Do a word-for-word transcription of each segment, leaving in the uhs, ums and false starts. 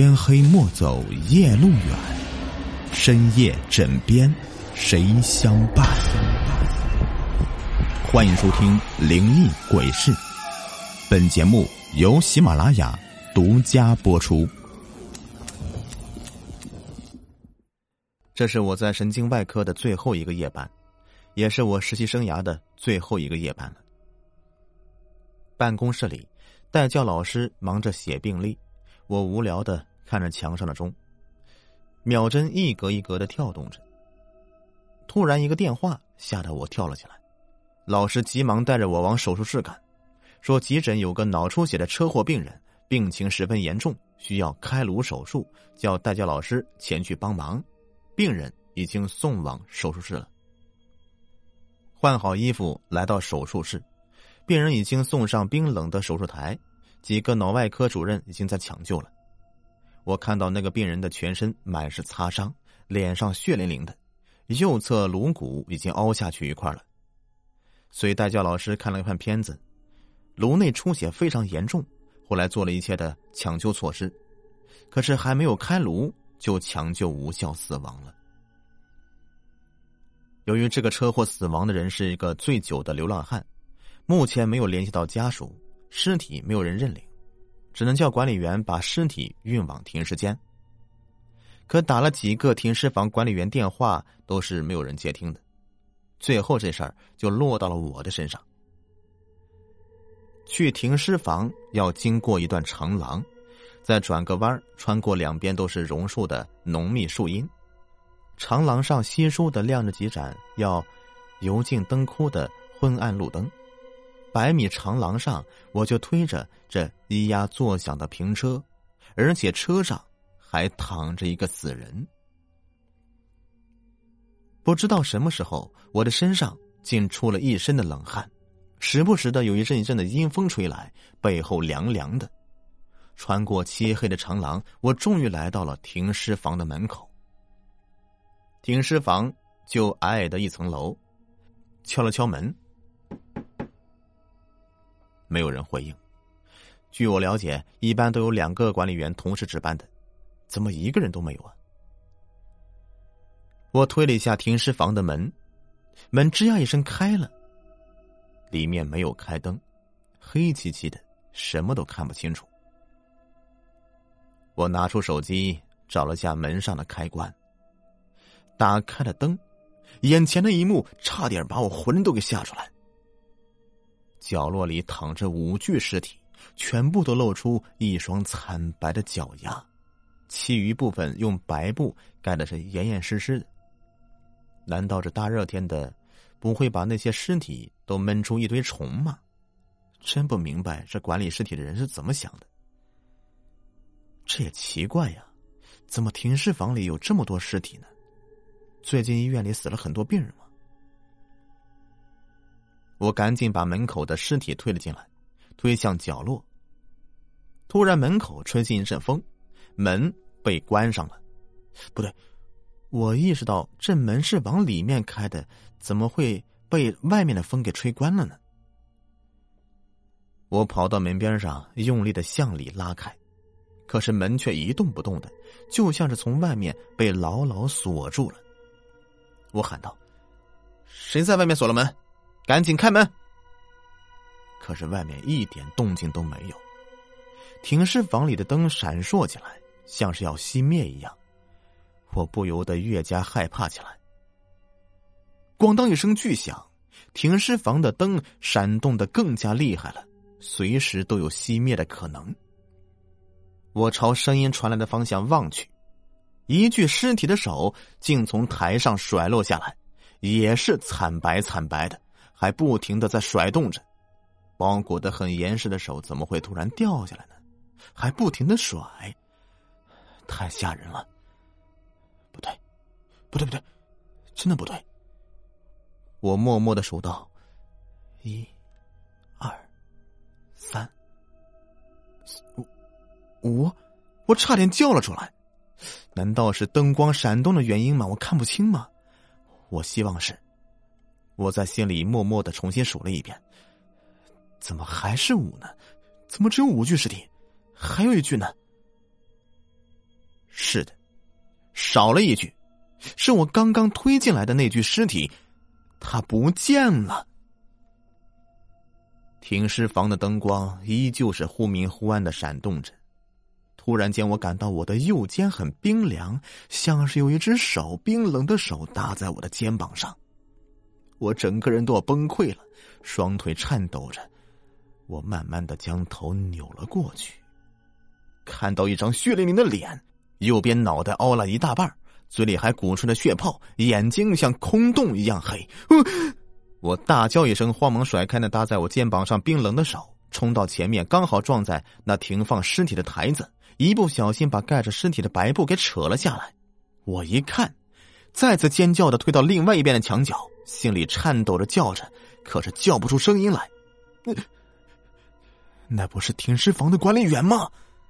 天黑莫走夜路远，深夜枕边谁相伴。欢迎收听灵异鬼事，本节目由喜马拉雅独家播出。这是我在神经外科的最后一个夜班，也是我实习生涯的最后一个夜班了。办公室里，代教老师忙着写病历，我无聊的看着墙上的钟，秒针一格一格的跳动着。突然一个电话吓得我跳了起来，老师急忙带着我往手术室赶，说急诊有个脑出血的车祸病人，病情十分严重，需要开颅手术，叫代教老师前去帮忙。病人已经送往手术室了。换好衣服来到手术室，病人已经送上冰冷的手术台，几个脑外科主任已经在抢救了。我看到那个病人的全身满是擦伤，脸上血淋淋的，右侧颅骨已经凹下去一块了。随代教老师看了看片子，颅内出血非常严重，后来做了一切的抢救措施，可是还没有开颅就抢救无效死亡了。由于这个车祸死亡的人是一个醉酒的流浪汉，目前没有联系到家属，尸体没有人认领，只能叫管理员把尸体运往停尸间。可打了几个停尸房管理员电话都是没有人接听的，最后这事儿就落到了我的身上。去停尸房要经过一段长廊，再转个弯，穿过两边都是榕树的浓密树荫。长廊上稀疏的亮着几盏要油尽灯枯的昏暗路灯。百米长廊上，我就推着这咿呀作响的平车，而且车上还躺着一个死人。不知道什么时候，我的身上竟出了一身的冷汗，时不时的有一阵一阵的阴风吹来，背后凉凉的。穿过漆黑的长廊，我终于来到了停尸房的门口。停尸房就矮矮的一层楼，敲了敲门，没有人回应。据我了解，一般都有两个管理员同时值班的，怎么一个人都没有啊？我推了一下停尸房的门，门吱呀一声开了，里面没有开灯，黑漆漆的，什么都看不清楚。我拿出手机找了下门上的开关，打开了灯，眼前的一幕差点把我魂都给吓出来。角落里躺着五具尸体，全部都露出一双惨白的脚丫，其余部分用白布盖的是严严实实的。难道这大热天的不会把那些尸体都闷出一堆虫吗？真不明白这管理尸体的人是怎么想的。这也奇怪呀，怎么停尸房里有这么多尸体呢？最近医院里死了很多病人吗？我赶紧把门口的尸体推了进来，推向角落。突然门口吹进一阵风，门被关上了。不对，我意识到这门是往里面开的，怎么会被外面的风给吹关了呢？我跑到门边上，用力的向里拉开，可是门却一动不动的，就像是从外面被牢牢锁住了。我喊道：“谁在外面锁了门？赶紧开门！”可是外面一点动静都没有。停尸房里的灯闪烁起来，像是要熄灭一样。我不由得越加害怕起来。咣当一声巨响，停尸房的灯闪动得更加厉害了，随时都有熄灭的可能。我朝声音传来的方向望去，一具尸体的手竟从台上甩落下来，也是惨白惨白的，还不停地在甩动着。包裹得很严实的手怎么会突然掉下来呢？还不停地甩，太吓人了。不对，不对不对，真的不对。我默默地数到一、二、三、五。我我差点叫了出来，难道是灯光闪动的原因吗？我看不清吗？我希望是。我在心里默默地重新数了一遍，怎么还是五呢？怎么只有五具尸体？还有一具呢？ 是的，少了一具，是我刚刚推进来的那具尸体，它不见了。停尸房的灯光依旧是忽明忽暗的闪动着，突然间我感到我的右肩很冰凉，像是有一只手冰冷的手搭在我的肩膀上。我整个人都要崩溃了，双腿颤抖着，我慢慢的将头扭了过去，看到一张血淋淋的脸，右边脑袋凹了一大半，嘴里还鼓出了血泡，眼睛像空洞一样黑。呃我大叫一声，慌忙甩开那搭在我肩膀上冰冷的手，冲到前面，刚好撞在那停放尸体的台子，一不小心把盖着尸体的白布给扯了下来。我一看，再次尖叫的推到另外一边的墙角，心里颤抖着叫着，可是叫不出声音来。那那不是停尸房的管理员吗？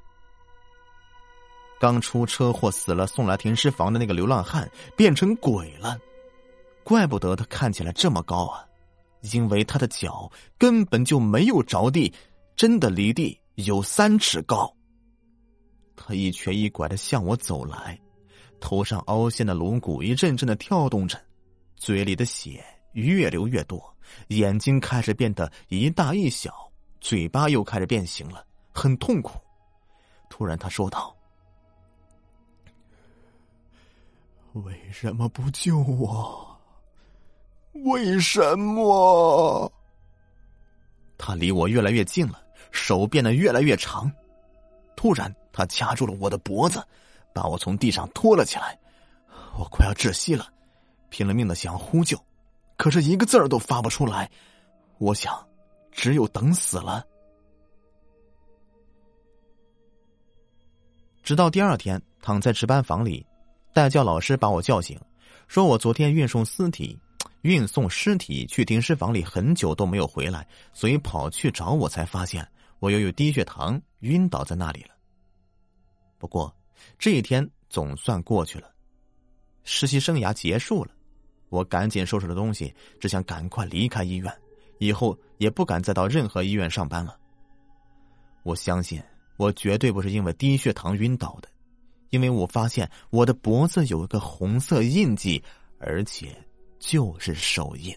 刚出车祸死了送来停尸房的那个流浪汉变成鬼了，怪不得他看起来这么高啊，因为他的脚根本就没有着地，真的离地有三尺高。他一瘸一拐的向我走来，头上凹陷的颅骨一阵阵的跳动着，嘴里的血越流越多，眼睛开始变得一大一小，嘴巴又开始变形了，很痛苦。突然他说道：为什么不救我？为什么？他离我越来越近了，手变得越来越长。突然他掐住了我的脖子，把我从地上拖了起来。我快要窒息了，拼了命的想呼救，可是一个字儿都发不出来。我想只有等死了。直到第二天，躺在值班房里，代教老师把我叫醒，说我昨天运送尸体运送尸体去停尸房里很久都没有回来，所以跑去找我，才发现我又有低血糖晕倒在那里了。不过这一天总算过去了，实习生涯结束了，我赶紧收拾了东西，只想赶快离开医院，以后也不敢再到任何医院上班了。我相信我绝对不是因为低血糖晕倒的，因为我发现我的脖子有一个红色印记，而且就是手印。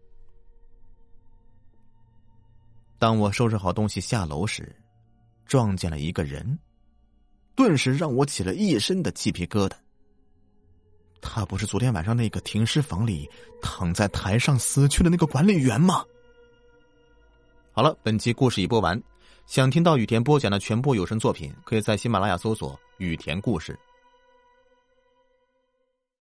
当我收拾好东西下楼时，撞见了一个人，顿时让我起了一身的鸡皮疙瘩。他不是昨天晚上那个停尸房里躺在台上死去的那个管理员吗？好了，本期故事已播完。想听到雨田播讲的全部有声作品，可以在喜马拉雅搜索雨田故事。